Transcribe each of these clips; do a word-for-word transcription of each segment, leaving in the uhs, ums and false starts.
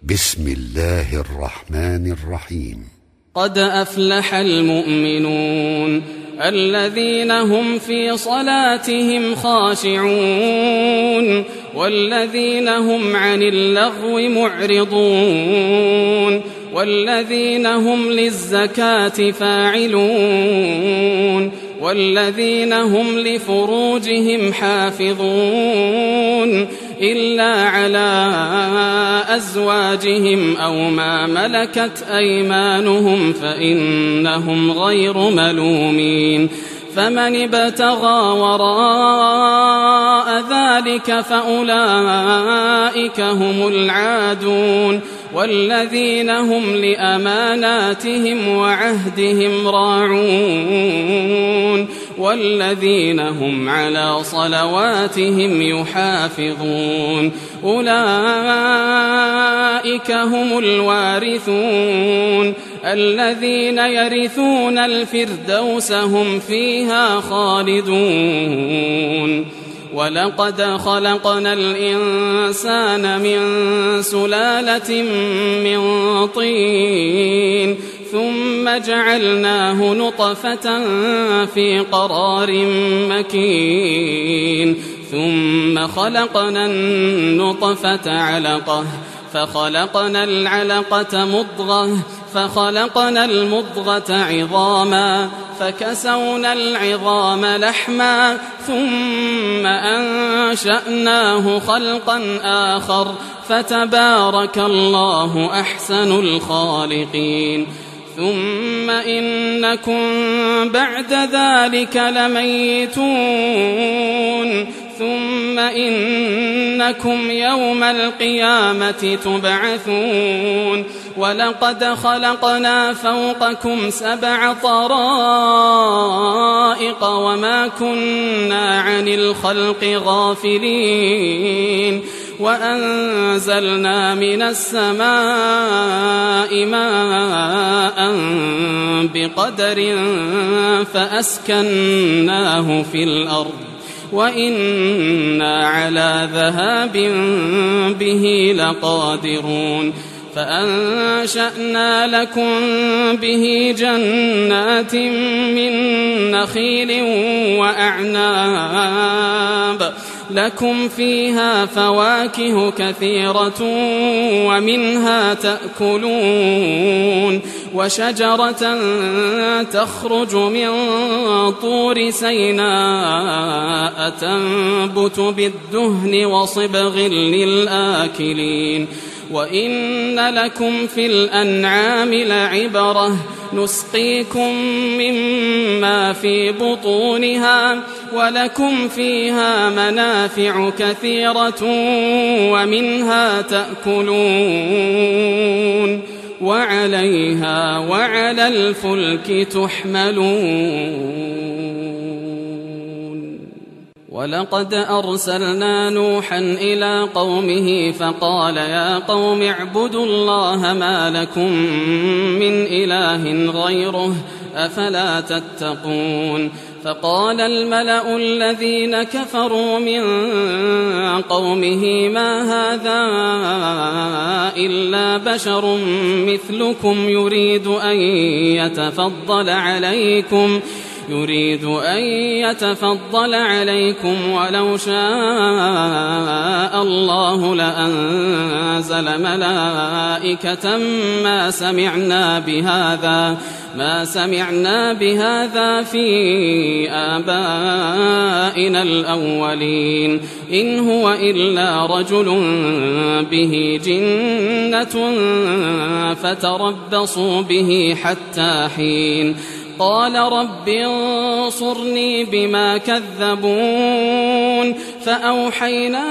بسم الله الرحمن الرحيم. قد أفلح المؤمنون الذين هم في صلاتهم خاشعون والذين هم عن اللغو معرضون والذين هم للزكاة فاعلون والذين هم لفروجهم حافظون إلا على أزواجهم أو ما ملكت أيمانهم فإنهم غير ملومين. فمن ابتغى وراء ذلك فأولئك هم العادون والذين هم لأماناتهم وعهدهم راعون والذين هم على صلواتهم يحافظون. أولئك هم الوارثون الذين يرثون الفردوس هم فيها خالدون. ولقد خلقنا الإنسان من سلالة من طين ثم جعلناه نطفة في قرار مكين ثم خلقنا النطفة علقة فخلقنا العلقة مضغة فخلقنا المضغة عظاما فكسونا العظام لحما ثم أنشأناه خلقا آخر فتبارك الله أحسن الخالقين. ثم إنكم بعد ذلك لميتون ثم إنكم يوم القيامة تبعثون. ولقد خلقنا فوقكم سبع طرائق وما كنا عن الخلق غافلين وأنزلنا من السماء ماء بقدر فأسكناه في الأرض وإنا على ذهاب به لقادرون. فأنشأنا لكم به جنات من نخيل وأعناب لكم فيها فواكه كثيرة ومنها تأكلون وشجرة تخرج من طور سيناء تنبت بالدهن وصبغ للآكلين. وإن لكم في الأنعام لعبرة نسقيكم مما في بطونها ولكم فيها منافع كثيرة ومنها تأكلون وعليها وعلى الفلك تحملون. ولقد أرسلنا نوحا إلى قومه فقال يا قوم اعبدوا الله ما لكم من إله غيره أفلا تتقون. فقال الملأ الذين كفروا من قومه ما هذا إلا بشر مثلكم يريد أن يتفضل عليكم يريد أن يتفضل عليكم ولو شاء الله لأنزل ملائكة ما سمعنا بهذا ما سمعنا بهذا في آبائنا الأولين إن هو إلا رجل به جنة فتربصوا به حتى حين. قال رب انصرني بما كذبون فأوحينا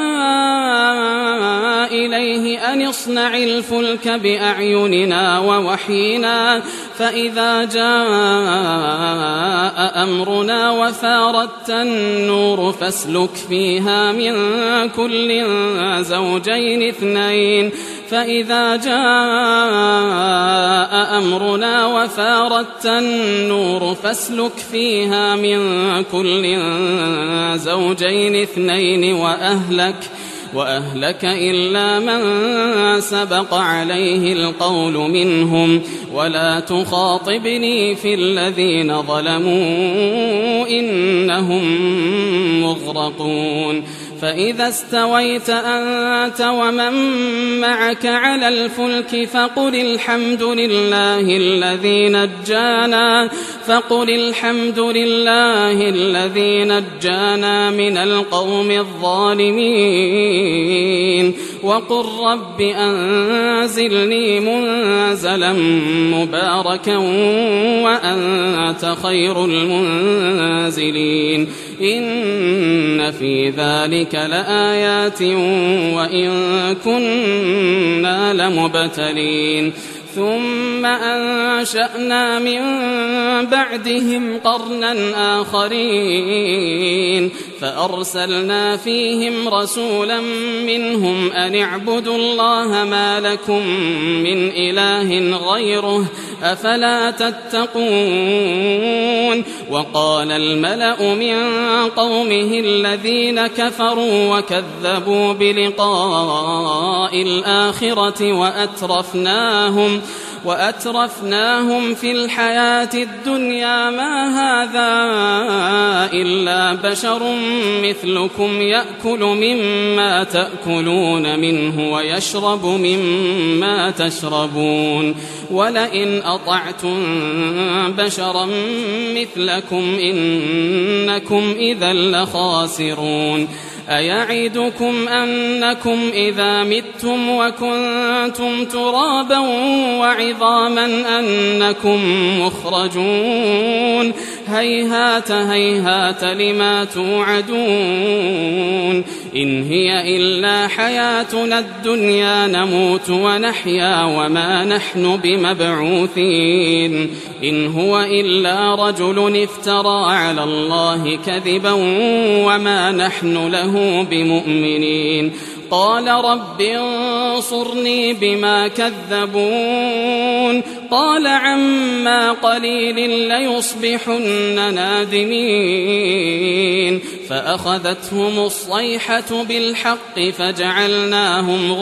إليه أن اصنع الفلك بأعيننا ووحينا فإذا جاء أمرنا وفارت النور فاسلك فيها من كل زوجين اثنين فإذا جاء أمرنا وفارت النور فاسلك فيها من كل زوجين اثنين وأهلك وأهلك إلا من سبق عليه القول منهم ولا تخاطبني في الذين ظلموا إنهم مغرقون فإذا استويت أنت ومن معك على الفلك فقل الحمد لله الذي نجانا فقل الحمد لله الذي نجانا من القوم الظالمين وقل رب أنزلني منزلا مباركا وأنت خير المنزلين إن في ذلك لآيات وإن كنا لمبتلين ثم أنشأنا من بعدهم قرنا آخرين فأرسلنا فيهم رسولا منهم أن اعبدوا الله ما لكم من إله غيره أفلا تتقون وقال الملأ من قومه الذين كفروا وكذبوا بلقاء الآخرة وأترفناهم وأترفناهم في الحياة الدنيا ما هذا إلا بشر مثلكم يأكل مما تأكلون منه ويشرب مما تشربون ولئن أطعتم بشرا مثلكم إنكم إذا لخاسرون أيعدكم أنكم إذا متم وكنتم ترابا وعظاما أنكم مخرجون هيهات هيهات لما توعدون إن هي إلا حياتنا الدنيا نموت ونحيا وما نحن بمبعوثين إن هو إلا رجل افترى على الله كذبا وما نحن له بمؤمنين قال رب انصرني بما كذبون قال عما قليل ليصبحن نادمين فأخذتهم الصيحة بالحق فجعلناهم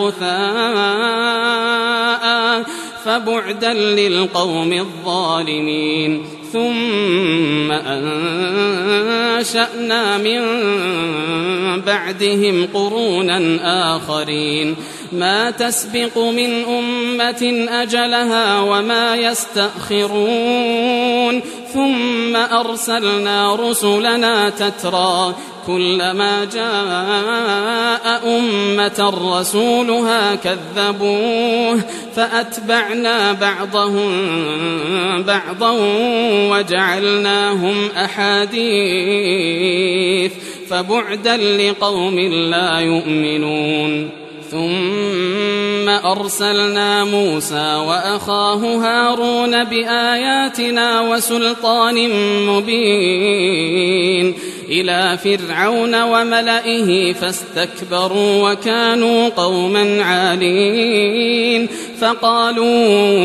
غثاء فبعدا للقوم الظالمين ثم أنشأنا من بعدهم قرونا آخرين ما تسبق من أمة أجلها وما يستأخرون ثم أرسلنا رسلنا تترى كلما جاء أمة رسولها كذبوه فأتبعنا بعضهم بعضا وجعلناهم أحاديث فبعدا لقوم لا يؤمنون ثم أرسلنا موسى وأخاه هارون بآياتنا وسلطان مبين إلى فرعون وملئه فاستكبروا وكانوا قوما عالين فقالوا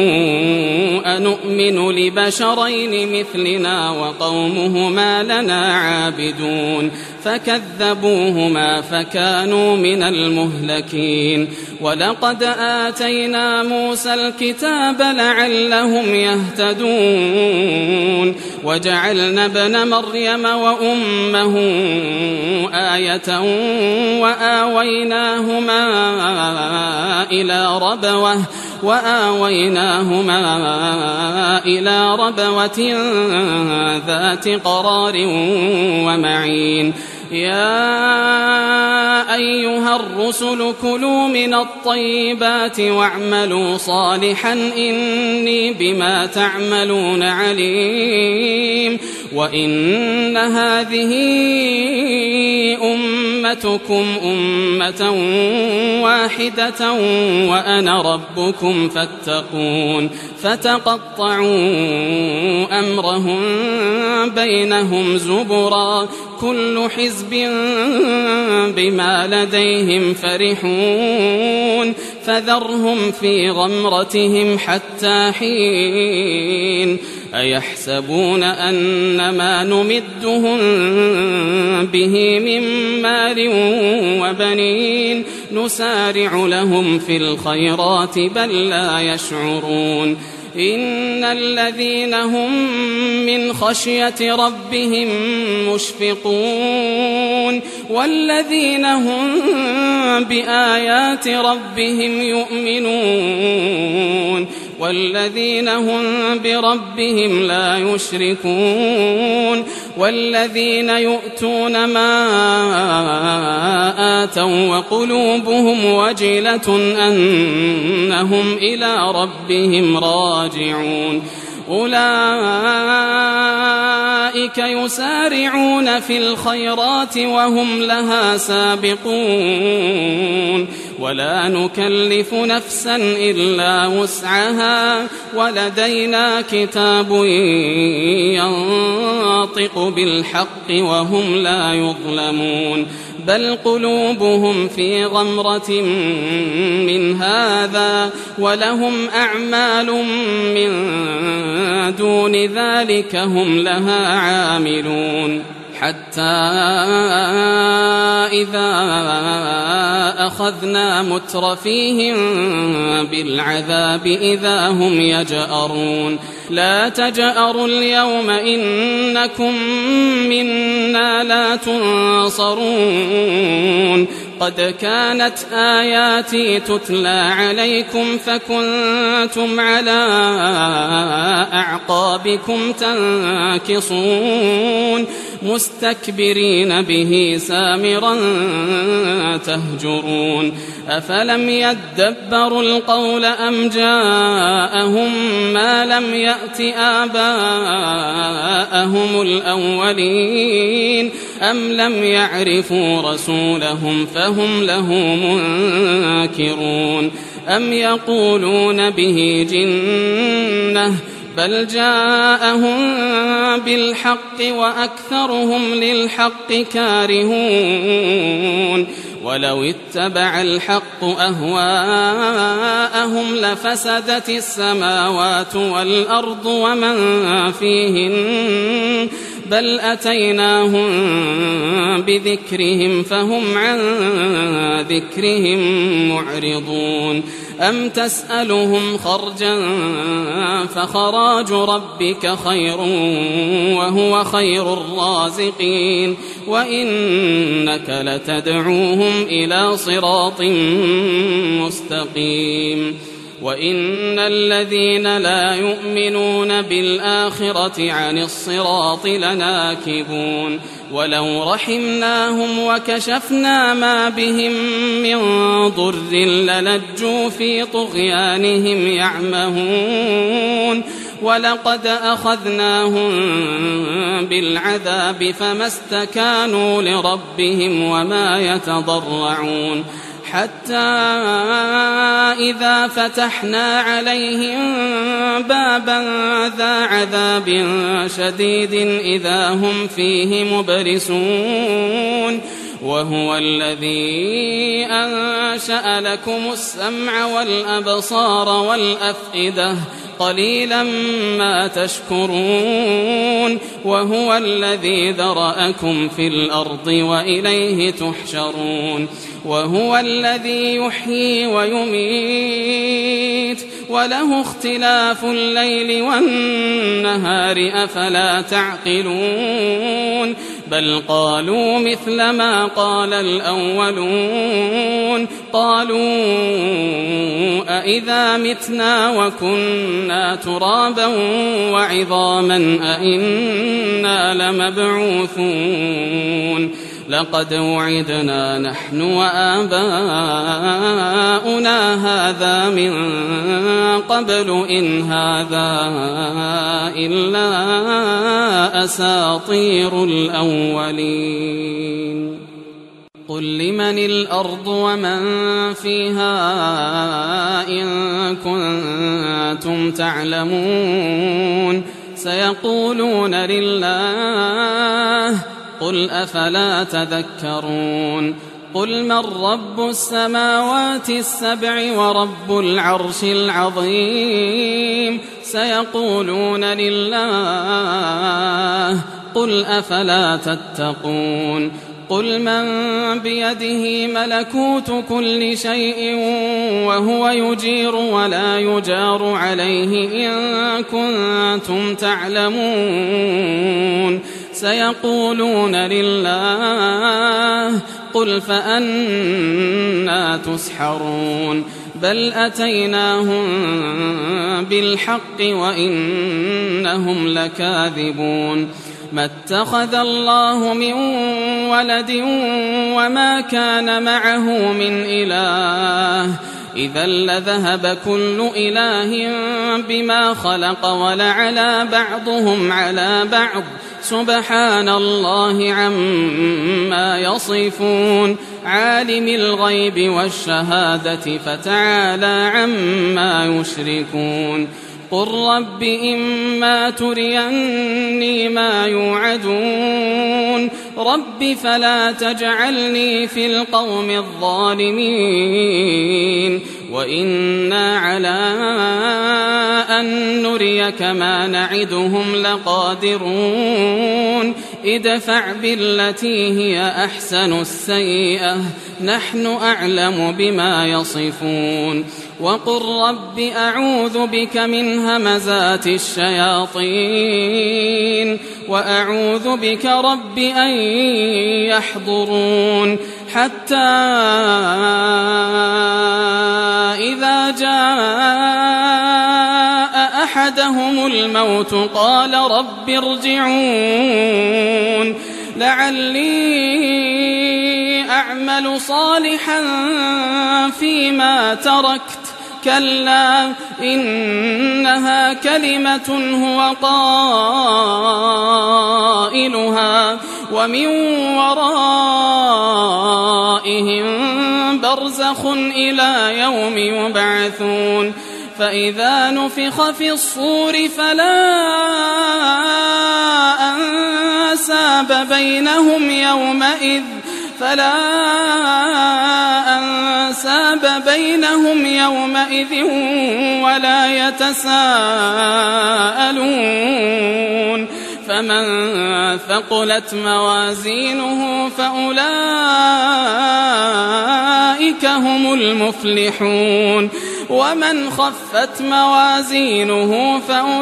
أنؤمن لبشرين مثلنا وقومهما لنا عابدون فكذبوهما فكانوا من المهلكين ولقد آتينا موسى الكتاب لعلهم يهتدون وجعلنا ابن مريم وأمه آية وآويناهما إلى ربوة وآويناهما إلى ربوة ذات قرار ومعين يا أيها الرسل كلوا من الطيبات واعملوا صالحا إني بما تعملون عليم وإن هذه أمتكم أمة واحدة وأنا ربكم فاتقون فتقطعوا أمرهم بينهم زبرا كل حزب حزب بما لديهم فرحون فذرهم في غمرتهم حتى حين أيحسبون أن ما نمدهم به من مال وبنين نسارع لهم في الخيرات بل لا يشعرون إن الذين هم من خشية ربهم مشفقون والذين هم بآيات ربهم يؤمنون والذين هم بربهم لا يشركون والذين يؤتون ما آتوا وقلوبهم وجلة أنهم إلى ربهم راجعون أولئك يسارعون في الخيرات وهم لها سابقون ولا نكلف نفسا إلا وسعها ولدينا كتاب ينطق بالحق وهم لا يظلمون بل قلوبهم في غمرة من هذا ولهم أعمال من دون ذلك هم لها عاملون حتى إذا أخذنا مترفيهم بالعذاب إذا هم يجأرون لا تجأروا اليوم إنكم منا لا تنصرون قد كانت آياتي تتلى عليكم فكنتم على أعقابكم تنكصون مستكبرين به سامرا تهجرون أفلم يدبروا القول أم جاءهم ما لم يأت آباءهم الأولين أم لم يعرفوا رسولهم فهم له منكرون أم يقولون به جنة بل جاءهم بالحق وأكثرهم للحق كارهون ولو اتبع الحق أهواءهم لفسدت السماوات والأرض ومن فيهن بل أتيناهم بذكرهم فهم عن ذكرهم معرضون أم تسألهم خرجا فخراج ربك خير وهو خير الرازقين وإنك لتدعوهم إلى صراط مستقيم وإن الذين لا يؤمنون بالآخرة عن الصراط لناكبون ولو رحمناهم وكشفنا ما بهم من ضر للجوا في طغيانهم يعمهون ولقد أخذناهم بالعذاب فما استكانوا لربهم وما يتضرعون حتى إذا فتحنا عليهم بابا ذا عذاب شديد إذا هم فيه مبلسون وهو الذي أنشأ لكم السمع والأبصار والأفئدة قليلا ما تشكرون وهو الذي ذرأكم في الأرض وإليه تحشرون وهو الذي يحيي ويميت وله اختلاف الليل والنهار أفلا تعقلون بل قالوا مثل ما قال الأولون قالوا أإذا متنا وكنا ترابا وعظاما أإنا لمبعوثون لقد وعدنا نحن وآباؤنا هذا من قبل إن هذا إلا أساطير الأولين قل لمن الأرض ومن فيها إن كنتم تعلمون سيقولون لله قل أفلا تذكرون قل من رب السماوات السبع ورب العرش العظيم سيقولون لله قل أفلا تتقون قل من بيده ملكوت كل شيء وهو يجير ولا يجار عليه إن كنتم تعلمون سيقولون لله قل فأنى تسحرون بل أتيناهم بالحق وإنهم لكاذبون ما اتخذ الله من ولد وما كان معه من إله إذا لذهب كل إله بما خلق ولعلى بعضهم على بعض سبحان الله عما يصفون عالم الغيب والشهادة فتعالى عما يشركون قل رب إما تريني ما يوعدون رب فلا تجعلني في القوم الظالمين وإنا على أن نريك ما نعدهم لقادرون ادفع بالتي هي أحسن السيئة نحن أعلم بما يصفون وقل رب أعوذ بك من همزات الشياطين وأعوذ بك رب أن يحضرون حتى إذا جاء أحدهم الموت قال رب ارجعون لعلي أعمل صالحا فيما تركت كلا إنها كلمة هو قائلها ومن ورائهم برزخ إلى يوم يبعثون فإذا نفخ في الصور فلا أنساب بينهم يومئذ فلا أنساب بينهم يومئذ ولا يتساءلون فمن ثقلت موازينه فأولئك هم المفلحون ومن خفت موازينه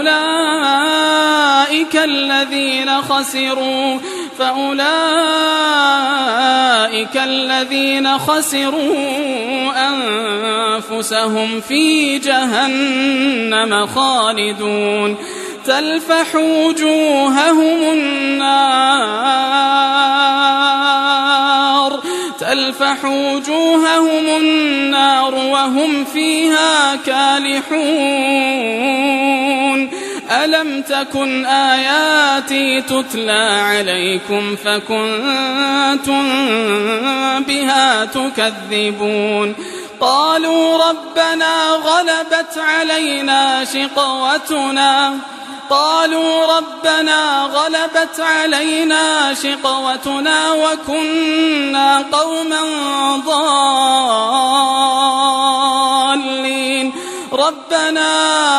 فأولئك الذين خسروا فأولئك الذين خسروا أنفسهم في جهنم خالدون تلفح وجوههم النار تلفح وجوههم النار وهم فيها كالحون ألم تكن آياتي تتلى عليكم فكنتم بها تكذبون قالوا ربنا غلبت علينا شقوتنا قالوا ربنا غلبت علينا شقوتنا وكنا قوما ضالين ربنا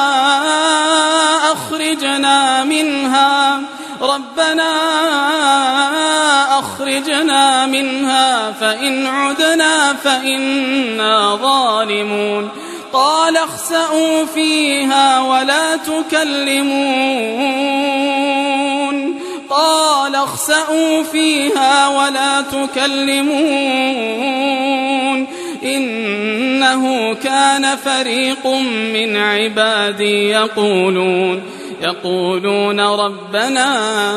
أخرجنا منها ربنا أخرجنا منها فإن عدنا فإنا ظالمون قال اخسئوا فيها ولا تكلمون قال اخسئوا فيها ولا تكلمون إنه كان فريق من عبادي يقولون يقولون ربنا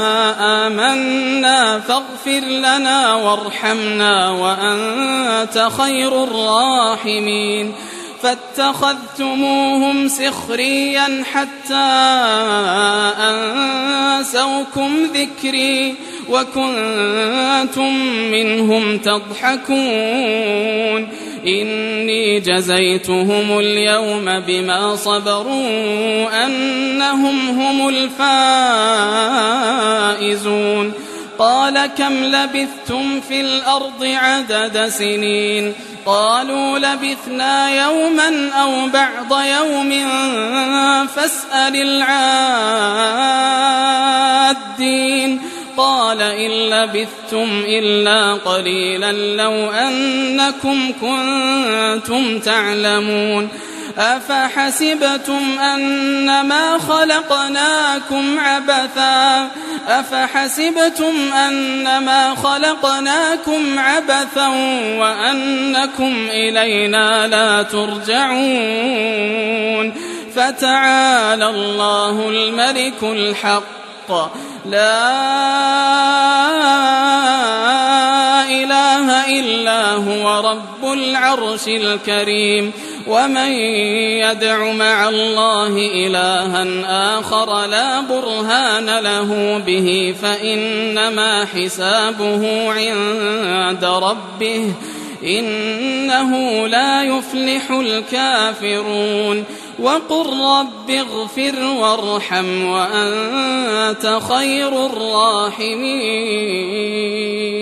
آمنا فاغفر لنا وارحمنا وأنت خير الراحمين فاتخذتموهم سخريا حتى أنسوكم ذكري وكنتم منهم تضحكون إني جزيتهم اليوم بما صبروا أنهم هم الفائزون قال كم لبثتم في الأرض عدد سنين قالوا لبثنا يوما أو بعض يوم فاسأل العادين قال إن لبثتم إلا قليلا لو أنكم كنتم تعلمون أفحسبتم أنما خلقناكم عبثا أفحسبتم أنما خلقناكم عبثا وأنكم إلينا لا ترجعون فتعالى الله الملك الحق لا إله إلا هو رب العرش الكريم ومن يدع مع الله إلها آخر لا برهان له به فإنما حسابه عند ربه إنه لا يفلح الكافرون وقل رب اغفر وارحم وأنت خير الراحمين.